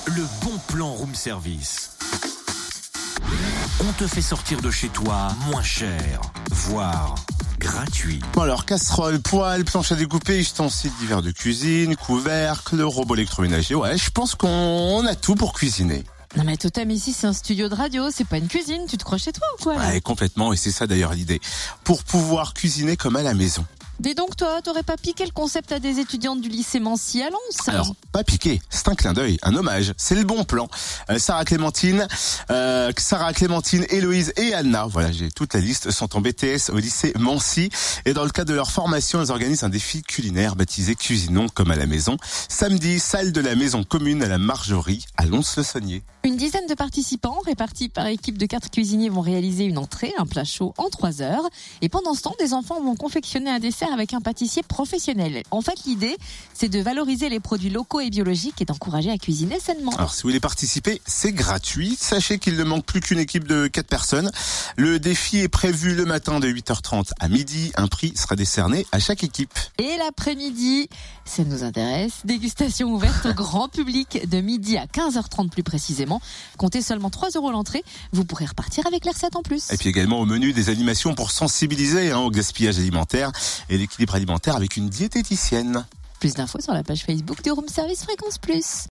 le bon plan room service. On te fait sortir de chez toi moins cher, voire gratuit. Bon alors, casserole, poêle, planche à découper, ustensiles divers de cuisine, couvercle, robot électroménager. Ouais, je pense qu'on a tout pour cuisiner. Non mais Totem, ici c'est un studio de radio, c'est pas une cuisine, tu te crois chez toi ou quoi là? Ouais, complètement, et c'est ça d'ailleurs l'idée. Pour pouvoir cuisiner comme à la maison. Dis donc toi, t'aurais pas piqué le concept à des étudiantes du lycée Mancy à Lens? Alors, pas piqué, c'est un clin d'œil, un hommage, c'est le bon plan. Sarah Clémentine, Héloïse et Anna, voilà, j'ai toute la liste, sont en BTS au lycée Mancy. Et dans le cadre de leur formation, elles organisent un défi culinaire baptisé Cuisinons comme à la maison. Samedi, salle de la maison commune à la Marjorie, à Lons-le-Saunier. Une dizaine de participants, répartis par équipe de 4 cuisiniers, vont réaliser une entrée, un plat chaud en 3 heures. Et pendant ce temps, des enfants vont confectionner un dessert avec un pâtissier professionnel. En fait, l'idée, c'est de valoriser les produits locaux et biologiques et d'encourager à cuisiner sainement. Alors, si vous voulez participer, c'est gratuit. Sachez qu'il ne manque plus qu'une équipe de 4 personnes. Le défi est prévu le matin de 8h30 à midi. Un prix sera décerné à chaque équipe. Et l'après-midi, ça nous intéresse. Dégustation ouverte au grand public de midi à 15h30 plus précisément. Comptez seulement 3 € l'entrée. Vous pourrez repartir avec les recettes en plus. Et puis également au menu des animations pour sensibiliser au gaspillage alimentaire et l'équilibre alimentaire avec une diététicienne. Plus d'infos sur la page Facebook du Room Service Fréquence Plus.